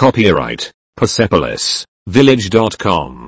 Copyright PersepolisVillage.com.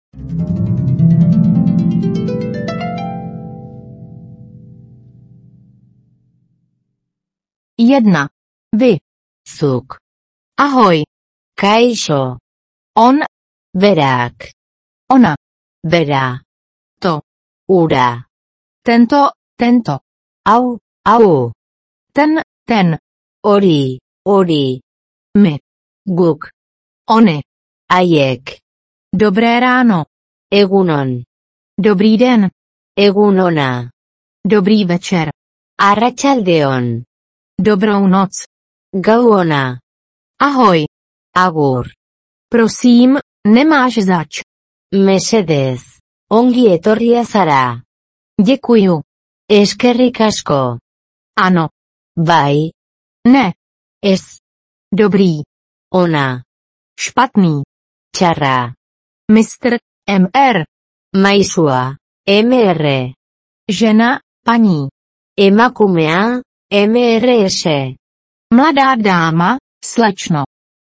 Jedna. Vy. Zuk. Ahoj. Kaixo. On. Berak. Ona. Bera. To. Ura. Tento. Au. Au. Ten. Hori. My. Guk. Ony. Haiek. Dobré ráno. Egunon. Dobrý den. Egunona. Dobrý večer. Arratsaldeon. Dobrou noc. Gau ona. Ahoj. Agur. Prosím, nemáš zač. Mesedez. Ongi etorria zara. Děkuju. Eskerrik asko. Ano. Bai. Ne. Ez. Dobrý. Ona. Špatný. Txarra. Mr. Mr. Maisua. MR. Žena, paní. Emakumea. MRS. Mladá dáma, slečno.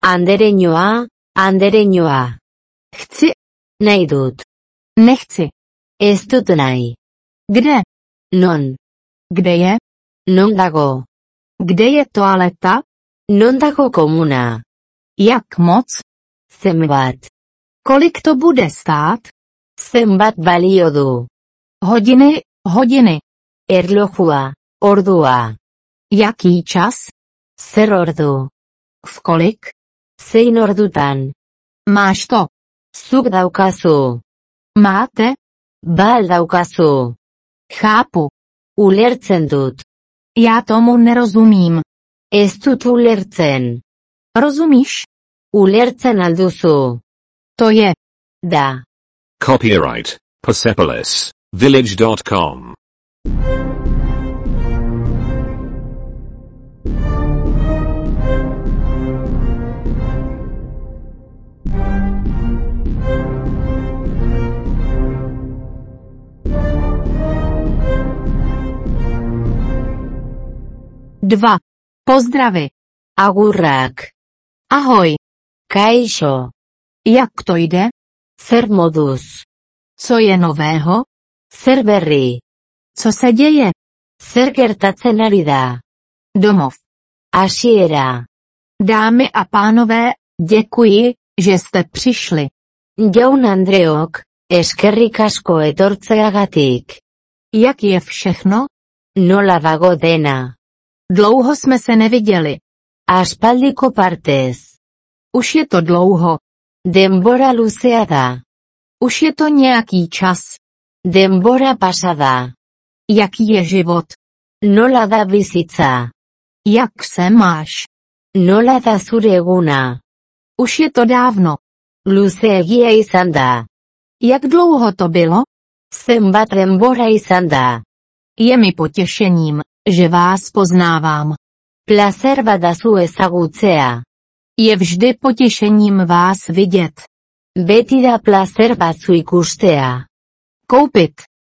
Andereñoa. Chci. Nahi dut. Nechci. Ez dut nahi. Kde? Non. Kde je? Non dago. Kde je toaleta? Non dago komuna. Jak moc? Zenbat. Kolik to bude stát? Zenbat balio du. Hodiny. Erlojua. Ordua. Jaký čas? Zer ordu. V kolik? Zein ordutan. Máš to. Zuk daukazu. Máte? Bal daukazu. Chápu. Ulertzen dut. Já tomu nerozumím. Ez dut ulertzen. Rozumíš? Ulertzen alduzu. To je. Da. Copyright PersepolisVillage.com. Dva. Pozdravy. Agurrak. Ahoj. Kaixo. Jak to jde? Zer moduz. Co je nového? Zer berri. Co se děje? Zer gertatzen ari da. Domov. Hasiera. Dámy a pánové, děkuji, že jste přišli. Jaun Andreok, eskerrik asko etortzeagatik. Jak je všechno? Nola dago dena. Dlouho jsme se neviděli. Aspaldiko partez. Už je to dlouho. Denbora luzea da. Už je to nějaký čas. Denbora pasada. Jaký je život? Nola da bizitza. Jak se máš? Nola da zure eguna. Už je to dávno. Luzeegia izan da. Jak dlouho to bylo? Zenbat denbora izan da. Je mi potěšením, že vás poznávám. Placer badazu ezagutzea. Je vždy potěšením vás vidět. Beti da placer batzu ikustea. Koupit.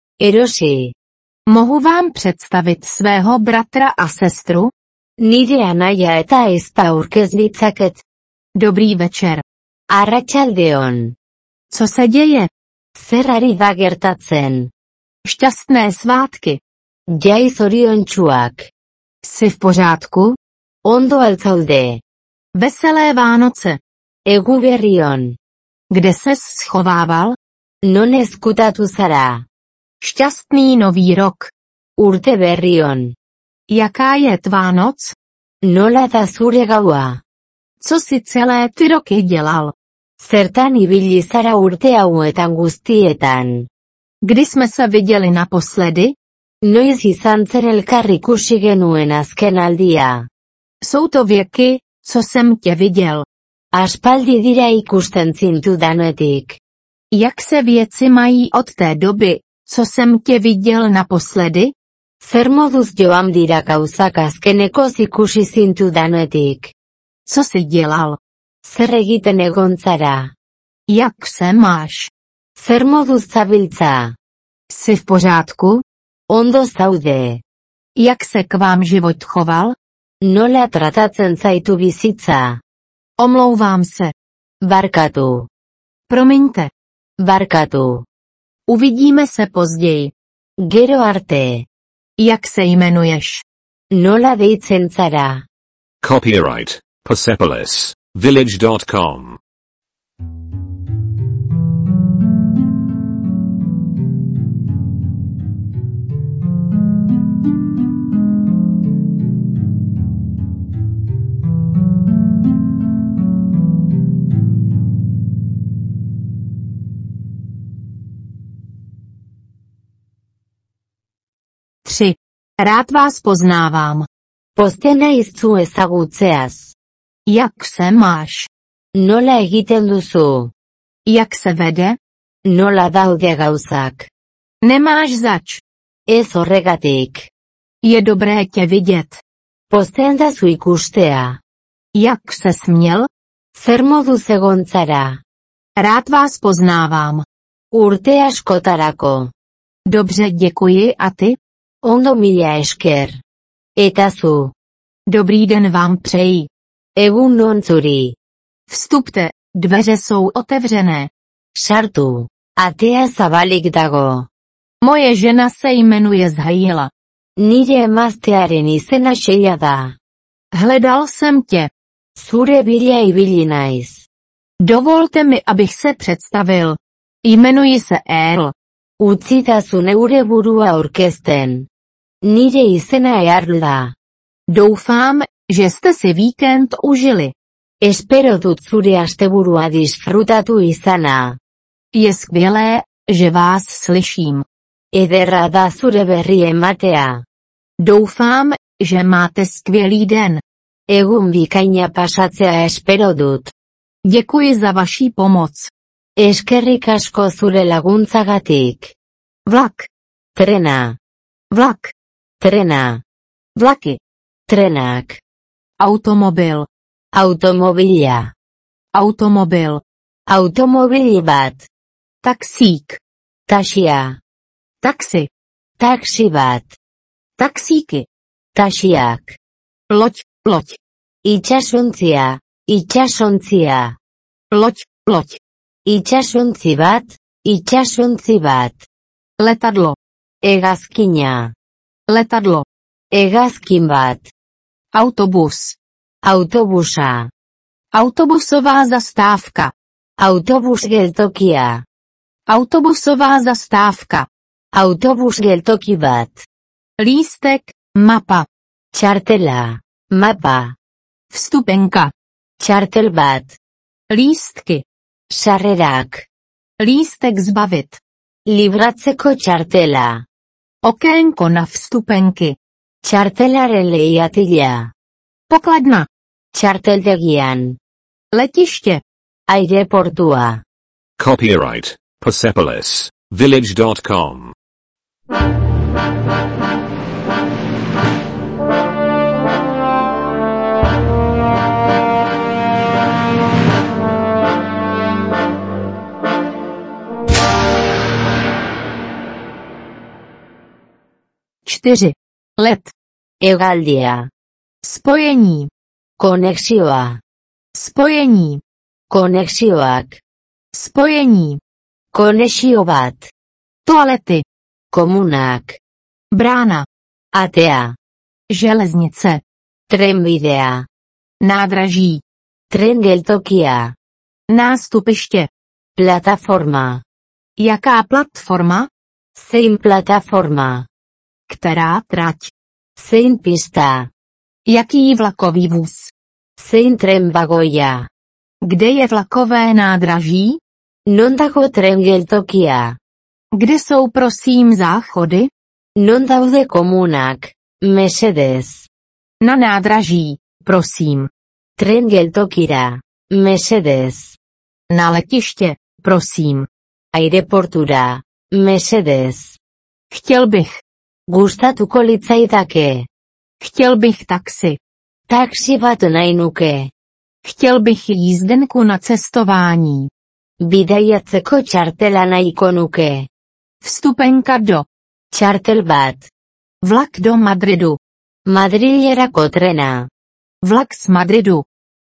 Erosi. Mohu vám představit svého bratra a sestru? Nire anaia eta ezpa aurkez ditzaket. Dobrý večer. Arratsaldeon. Co se děje? Zer ari da gertatzen. Šťastné svátky. Jai zoriontsuak. Jsi v pořádku? Ondo altzaude. Veselé Vánoce. Egu berrion. Kde ses schovával? Non ezkutatu zara. Šťastný nový rok. Urte berrion. Jaká je tvá noc? Nola da zure gaua. Co si celé ty roky dělal? Zertan ibili zara urte hauetan guztietan. Kdy jsme se viděli naposledy? Noiz izan zen elkar ikusi genuen azken aldia. Jsou to věky, co jsem tě viděl. Aspaldi dira ikusten zintudanetik. Jak se věci mají od té doby, co jsem tě viděl naposledy? Zer moduz joan dira gauzak azkenekoz ikusi zintudanetik. Co jsi dělal? Zer egiten egon zara. Jak se máš? Zer moduz zabiltza. Jsi v pořádku? Ondo zaude. Jak se k vám život choval? Nola tratatzen zaitu bizitza. Omlouvám se. Barkatu. Promiňte. Barkatu. Uvidíme se později. Gero arte. Jak se jmenuješ? Nola deitzen zara. Copyright Persepolis Village.com. Rád vás poznávám. Pozten naiz zu ezagutzeaz. Jak se máš? Nola egiten duzu? Jak se vede? Nola daude gauzak? Nemáš zač. Ez horregatik. Je dobré tě vidět. Pozten dazu ikustea. Jak se směl? Zer moduz egon zara? Rád vás poznávám. Urte askotarako. Dobře, děkuji, a ty? Ondo mila esker. Eta zu? Dobrý den vám přeji. Egun on zuri. Vstupte, dveře jsou otevřené. Sartu. Atea zabalik dago. Moje žena se jmenuje Zhaila. Nire emaztearen izena Sheila da. Hledal jsem tě. Zure bila ibili naiz. Dovolte mi, abych se představil. Jmenuji se Earl. Utzitazu neure burua aurkezten. Nire izena Earl da. Doufám, že jste si víkend užili. Espero dut zure asteburua disfrutatu izana. Je skvělé, že vás slyším. Ederra da zure berri ematea. Doufám, že máte skvělý den. Egun bikaina pasatzea espero dut. Děkuji za vaši pomoc. Eskerrik asko zure laguntzagatik. Vlak. Trena. Vlak. Trena. Vlaky. Trenak. Automobil. Automobila. Automobil. Automobili bat. Taxík. Taxia. Taxi. Taxi bat. Taxíky. Taxiak. Loď. Loď. Itsasontzia. Itsasontzia. Loď. Loď. Itsasontzi bat. Itsasontzi bat. Letadlo. Hegazkina. Letadlo. Hegazkin bat. Autobus. Autobusa. Autobusová zastávka. Autobus geltokia. Autobusová zastávka. Autobus geltoki bat. Lístek. Mapa. Txartela. Mapa. Vstupenka. Txartel bat. Lístky. Sarrerak. Lístek zbavit. Libratzeko txartela. Okénko na vstupenky. Txartelaren lehiatila. Pokladna. Txarteldegian. Letiště. Aireportua. Copyright Persepolis Village.com. Let. Hegaldia. Spojení. Konexioa. Spojení. Konexioak. Spojení. Konexio bat. Toalety. Komunak. Brána. Atea. Železnice. Trenbidea. Nádraží. Tren geltokia. Nástupiště. Plataforma. Jaká platforma? Zein plataforma. Která trať? Zein pista. Jaký vlakový vůz? Zein tren bagoia. Kde je vlakové nádraží? Non dago tren geltokia. Kde jsou prosím záchody? Non daude komunak. Mesedez. Na nádraží, prosím. Tren geltokira. Mesedez. Na letiště, prosím. Aireportura. Mesedez. Chtěl bych. Gustatuko litzaidake. Chtěl bych taxi. Taxi bat nahi nuke. Chtěl bych jízdenku na cestování. Bidaiatzeko txartela nahiko nuke. Vstupenka do. Txartel bat. Vlak do Madridu. Madrilerako trena. Vlak z Madridu.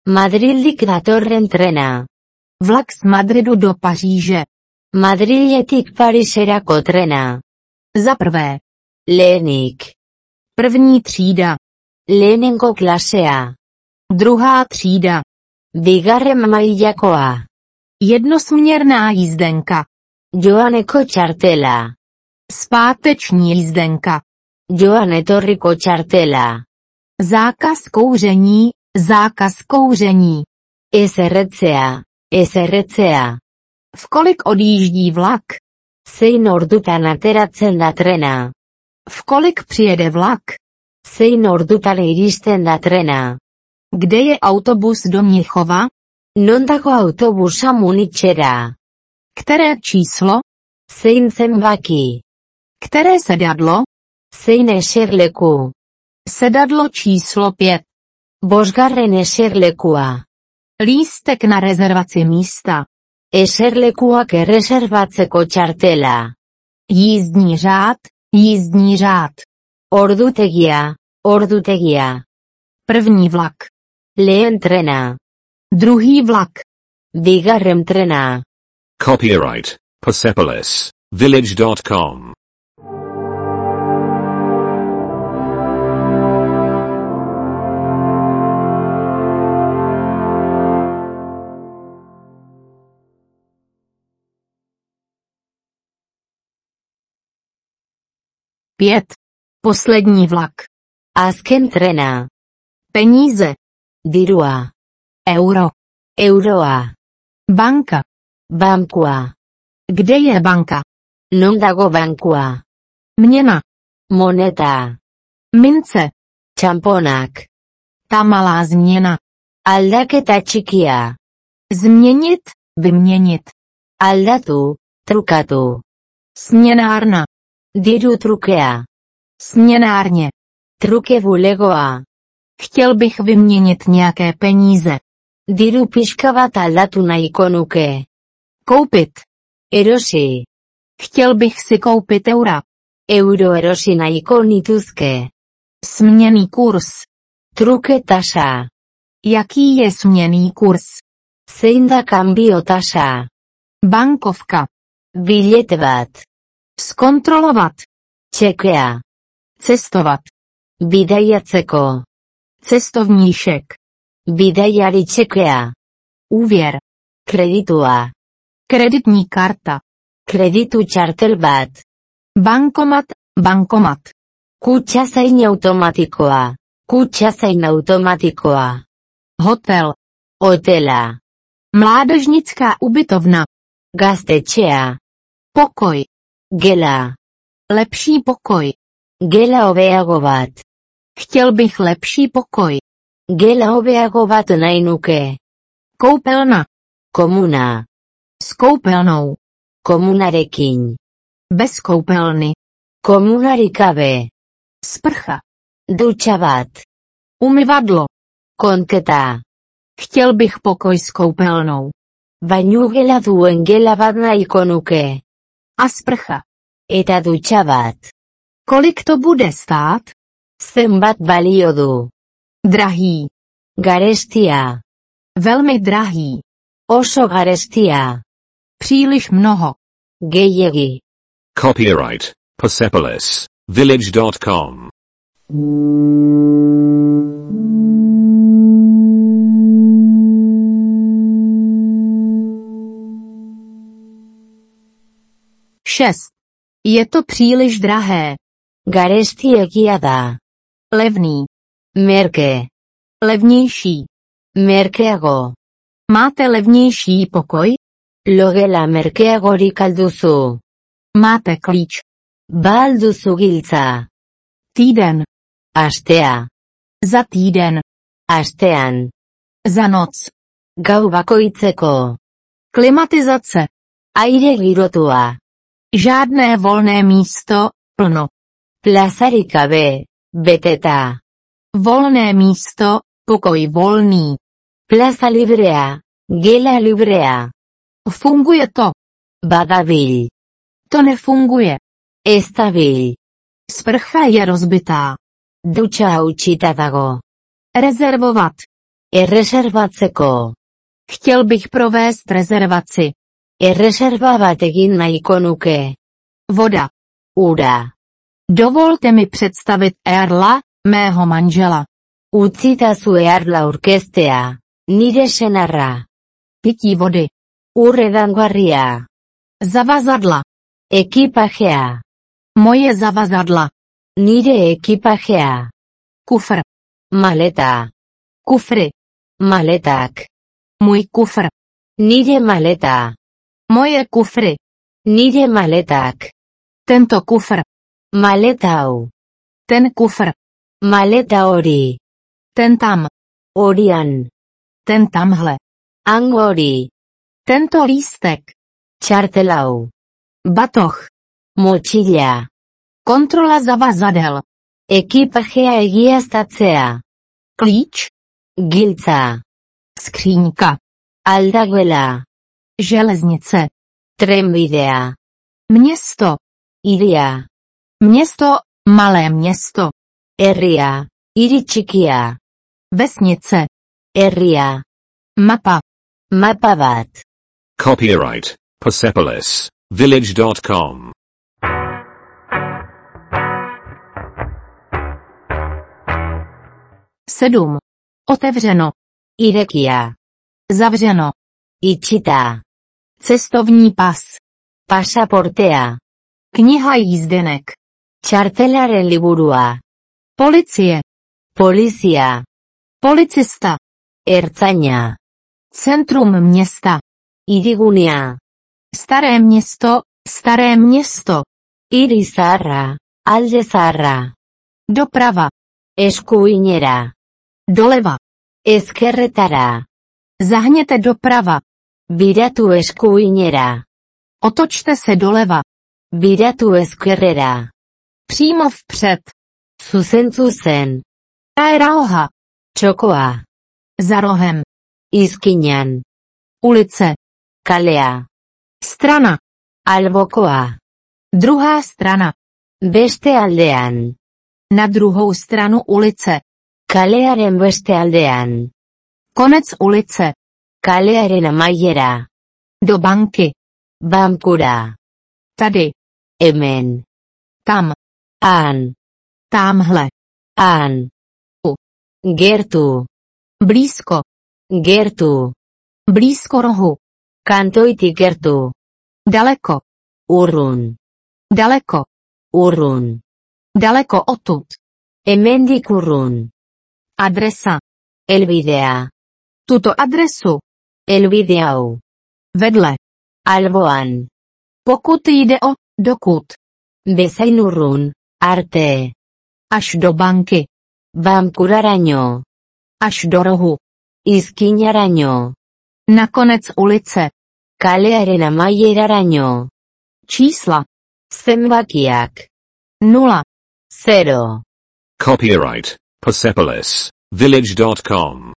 Madrildik datorren trena. Vlak z Madridu do Paříže. Madriletik Pariserako trena. Za prvé. Lehenik. První třída. Lehenengo klasea. Druhá třída. Bigarren mailakoa. Jednosměrná jízdenka. Joaneko txartela. Zpáteční jízdenka. Joan etorriko txartela. Zákaz kouření, zákaz kouření. Ez erretzea. V kolik odjíždí vlak? Zein ordutan ateratzen da trena. V kolik přijede vlak? Zein ordutan iristen da trena. Kde je autobus do Mnichova? Non dago autobusa Munichera. Které číslo? Zein zenbaki. Které sedadlo? Zein eserleku. Sedadlo číslo 5. Bosgarren eserlekua. Lístek na rezervaci místa. Eserlekuak erreserbatzeko txartela. Jízdní řád, jízdní řád. Ordutegia, ordutegia. První vlak. Lehen trena. Druhý vlak. Bigarren trena. Copyright Persepolis Village.com. Pět. Poslední vlak. Azken trena. Peníze. Dirua. Euro. Euroa. Banka. Bankua. Kde je banka? Non dago bankua. Měna. Moneta. Mince. Txamponak. Ta malá změna. Aldaketa txikia. Změnit, vyměnit. Aldatu, trukatu. Směnárna. Diru trukea. Směnárně. Truke bulegoa. Chtěl bych vyměnit nějaké peníze. Diru pixka bat aldatu nahiko nuke. Koupit. Erosi. Chtěl bych si koupit eura. Euro erosi nahiko nituzke. Směnný kurz. Truke tasa. Jaký je směnný kurz? Zein da kanbio tasa. Bankovka. Bilete bat. Zkontrolovat. Txekea. Cestovat. Bidaiatzeko. Cestovníšek. Bidaiari txekea. Úvěr. Kreditua. Kreditní karta. Kreditu txartel bat. Bankomat, bankomat. Kutxazain automatikoa. Kutxazain automatikoa. Hotel. Hotela. Mládežnická ubytovna. Gaztetxea. Pokoj. Gela. Lepší pokoj. Gela hobeago bat. Chtěl bych lepší pokoj. Gela hobeago bat nahi nuke. Koupelna. Komuna. S koupelnou. Komunarekin. Bez koupelny. Komunarik gabe. Sprcha. Dutxa bat. Umyvadlo. Konketa. Chtěl bych pokoj s koupelnou. Bainu gela duen gela bat nahiko nuke. A sprcha. Eta dutxa bat. Kolik to bude stát? Zenbat balio du. Drahý. Garestia. Velmi drahý. Oso garestia. Příliš mnoho. Gehiegi. Copyright Persepolis Village.com. Šest. Je to příliš drahé. Garestiegia da. Levný. Merke. Levnější. Merkeago. Máte levnější pokoj? Logela merkeagorik alduzu. Máte klíč. Ba alduzu giltza. Týden. Astea. Za týden. Astean. Za noc. Gau bakoitzeko. Klimatizace. Aire girotua. Žádné volné místo, plno. Plazarik gabe. Beteta. Volné místo, pokoj volný. Plaza librea. Gela librea. Funguje to. Badabil. To nefunguje. Estabil. Sprcha je rozbitá. Dutxa hautsita dago. Rezervovat. Erreserbatzeko. Chtěl bych provést rezervaci. Erreserba bat egin nahiko nuke. Voda. Ura. Dovolte mi představit Earla, mého manžela. Utzitazu Earla aurkeztea. Nire senarra. Pití vody. Ur edangarria. Zavazadla. Ekipajea. Moje zavazadla. Nire ekipajea. Kufr. Maleta. Kufry. Maletak. Můj kufr. Nire maleta. Moje kufry. Nire maletak. Tento kufr. Maleta hau. Ten kufr. Maleta hori. Ten tam. Horian. Ten tamhle. Han hori. Tento lístek. Txartel hau. Batoh. Motxila. Kontrola zavazadel. Ekipajea egiaztatzea. Klíč. Giltza. Skříňka. Aldagela. Železnice. Trenbidea. Město. Hiria. Město, malé město. Herria. Hiri txikia. Vesnice. Herria. Mapa. Mapa bat. Copyright Persepolis Village.com. Sedm. Otevřeno. Irekia. Zavřeno. Itxita. Cestovní pas. Pasaportea. Kniha jízdenek. Txartelaren liburua. Policie. Polizia. Policista. Ertzaina. Centrum města. Hirigunea. Staré město, staré město. Hiri zaharra. Alde zaharra. Doprava. Eskuinera. Doleva. Ezkerretara. Zahněte doprava. Biratu eskuinera. Otočte se doleva. Biratu ezkerrera. Přímo vpřed. Zuzen. Aeroha. Txokoa. Za rohem. Izkinan. Ulice. Kalea. Strana. Albokoa. Druhá strana. Beste aldean. Na druhou stranu ulice. Kalearen beste aldean. Konec ulice. Kalearen amaiera. Do banky. Bankura. Tady. Hemen. Tam. Han. Támhle. Han. Gertu. Blízko. Gertu. Blízko rohu. Kantoitik gertu. Daleko. Urrun. Daleko. Urrun. Daleko odtud. Hemendik urrun. Adresa. Helbidea. Tuto adresu. Helbide hau. Vedle. Alboan. Pokud jde o, dokud. Bezain urrun. Arte. Až do banky. Bankuraraino. Až do rohu. Izkinaraino. Na konec ulice. Kalearen amaieraraino. Čísla. Zenbakiak. 0. 0. Copyright Persepolis Village.com.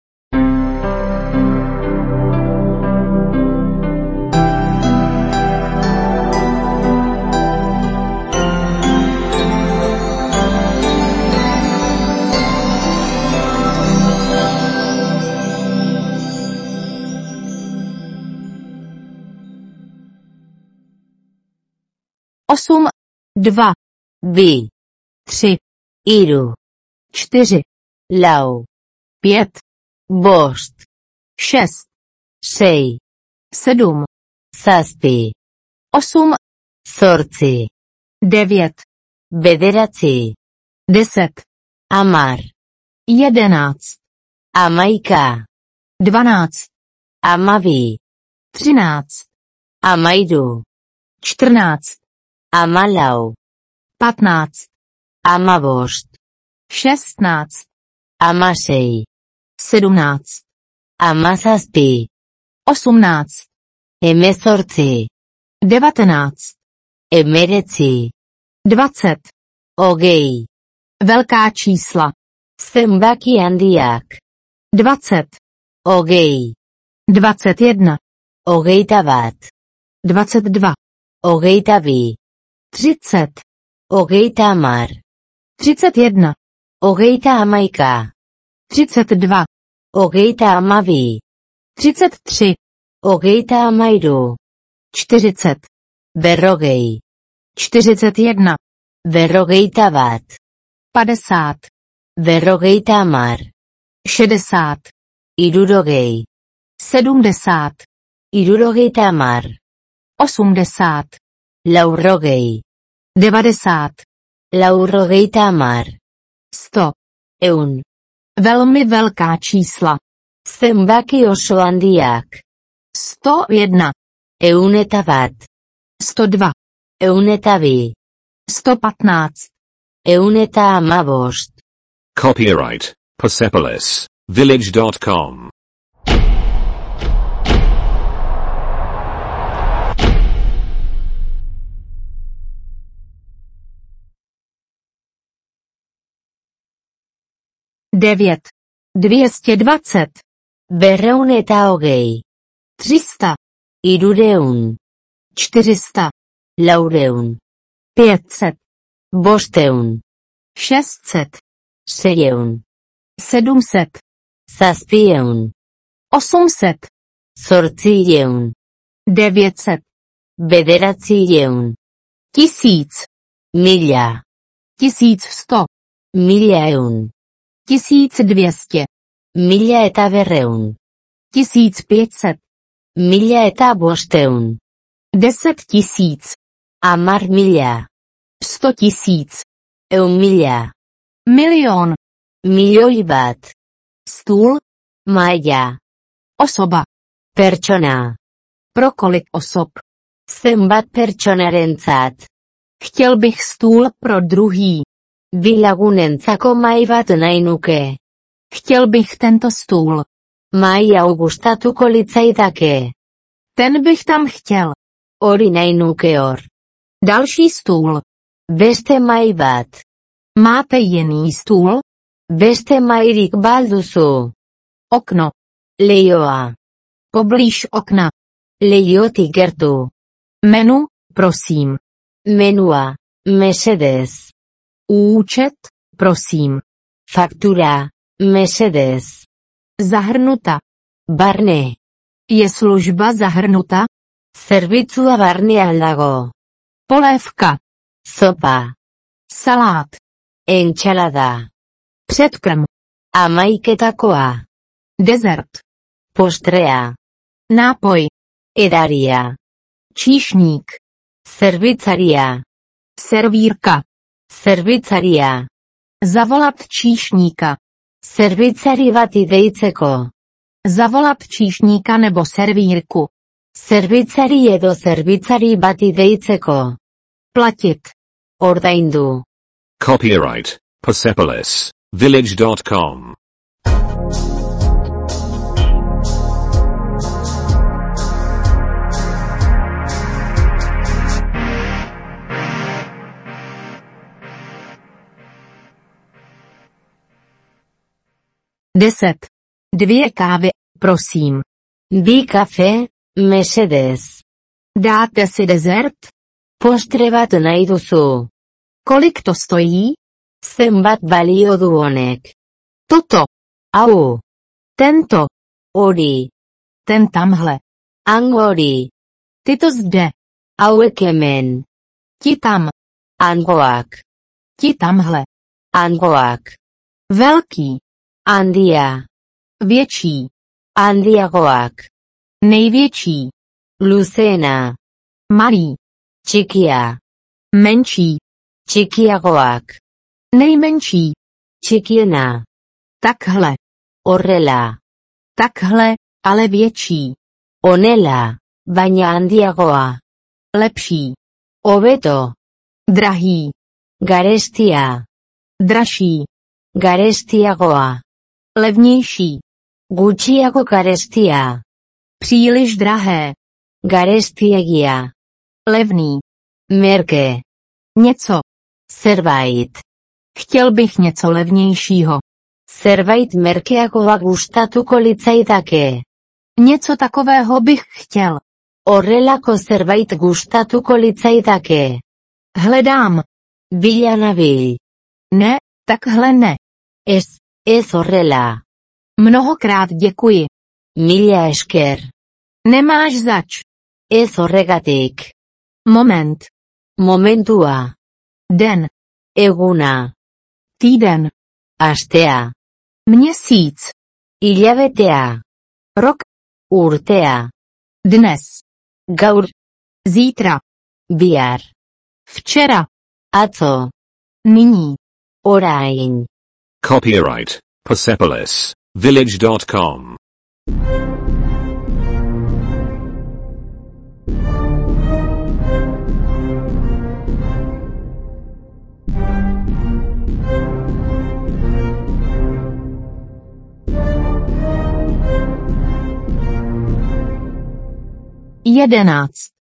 Osm. 2. Bi. 3. Hiru. 4. Lau. 5. Bost. 6. 6. 7. Zazpi. 8. Zortzi. 9. Bederatzi. 10. Amar. 11. Hamaika. 12. Hamabi. 13. Hamairu. 14. Hamalau. 15. Hamabost. 16. Hamasei. 17. Hamazazpi. 18. Hemezortzi. 19. Hemeretzi. 20. Hogei. Velká čísla. Zenbaki handiak. 20. Hogei. 21. Hogeita bat. 22. Hogeita bi. 30. Hogeita hamar. 31. Hogeita hamaika. 32. Hogeita hamabi. 33, Hogeita hamairu. 40, Berrogei. 41, Berrogeita bat. 50, Berrogeita hamar. 60, Hirurogei. 70, Hirurogeita hamar. 80, Laurogei. 90, Laurrogeita hamar. 100. Ehun. Velmi velká čísla. Zenbaki oso handiak. 101, Ehun eta bat. 102, Ehun eta bi. 115, Ehun eta hamabost. Copyright Persepolis Village.com. Devět, 220, Berrehun eta hogei. 300, Hirureun. 400, Laurehun. 500, Bostehun. 600, Seiehun. 700, Zazpiehun. 800, Zortziehun. 900, Bederatziehun. 1000, Mila. 1100, Milaehun. 1200, Mila eta berrehun. 1500, Mila eta bostehun. 10 000, Hamar mila. 100 000, Ehun mila. milion, Milioi bat. stůl, Maila. osoba, Pertsona. pro kolik osob. Zenbat pertsonarentzat. Chtěl bych stůl pro druhý. Bi lagunentzako mahai bat nahi nuke. Chtěl bych tento stůl. Mahai hau gustatuko litzaidake. Ten bych tam chtěl. Hori nahi nuke hor. Další stůl. Beste mahai bat. Máte jiný stůl? Beste mahairik balduzu. Okno. Leihoa. Poblíž okna. Leihotik gertu. Menu, prosím. Menua. Mesedez. Účet, prosím. Faktura. Mesedez. Zahrnuta. Barne. Je služba zahrnuta? Zerbitzua barnean dago. Polévka. Zopa. Salát. Entxalada. Předkrm. Hamaiketakoa. Dezert. Postrea. Nápoj. Edaria. Číšník. Zerbitzaria. Servírka. Zerbitzaria. Zavolat číšníka. Zerbitzari bati deitzeko. Zavolat číšníka nebo servírku. Zerbitzari edo zerbitzari bati deitzeko. Platit. Ordaindu. Copyright Persepolis Village.com. Deset. 2 kávy, prosím. Bi kafe, mesedez. Dáte si dezert? Postre bat nahi duzu. Kolik to stojí? Zenbat balio du honek. Toto. Hau. Tento. Hori. Ten tamhle. Hori. Tyto zde. Hauek hemen. Ti tam. Hangoak. Ti tamhle. Hangoak. Velký. Handia. Větší. Handiagoak. Největší. Luzeena. Malý. Txikia. Menší. Txikiagoak. Nejmenší. Txikiena. Takhle. Horrela. Takhle, ale větší. Honela. Baina handiagoa. Lepší. Hobeto. Drahý. Garestia. Dražší. Garestiagoa. Levnější. Gutxiago garestia. Příliš drahé. Garestiegia. Levný. Merke. Něco. Zerbait. Chtěl bych něco levnějšího. Zerbait merkeagoa gustatuko litzaidake. Něco takového bych chtěl. Horrelako zerbait gustatuko litzaidake. Hledám. Bila nabil. Ne, takhle ne. Ez horrela. Mnohokrát děkuji. Mila esker. Nemáš zač. Ez horregatik. Moment. Momentua. Den. Eguna. Týden. Astea. Měsíc. Hilabetea. Rok. Urtea. Dnes. Gaur. Zítra. Bihar. Včera. Atzo. Nyní. Orain. Copyright Persepolis Village.com. Jedenáct.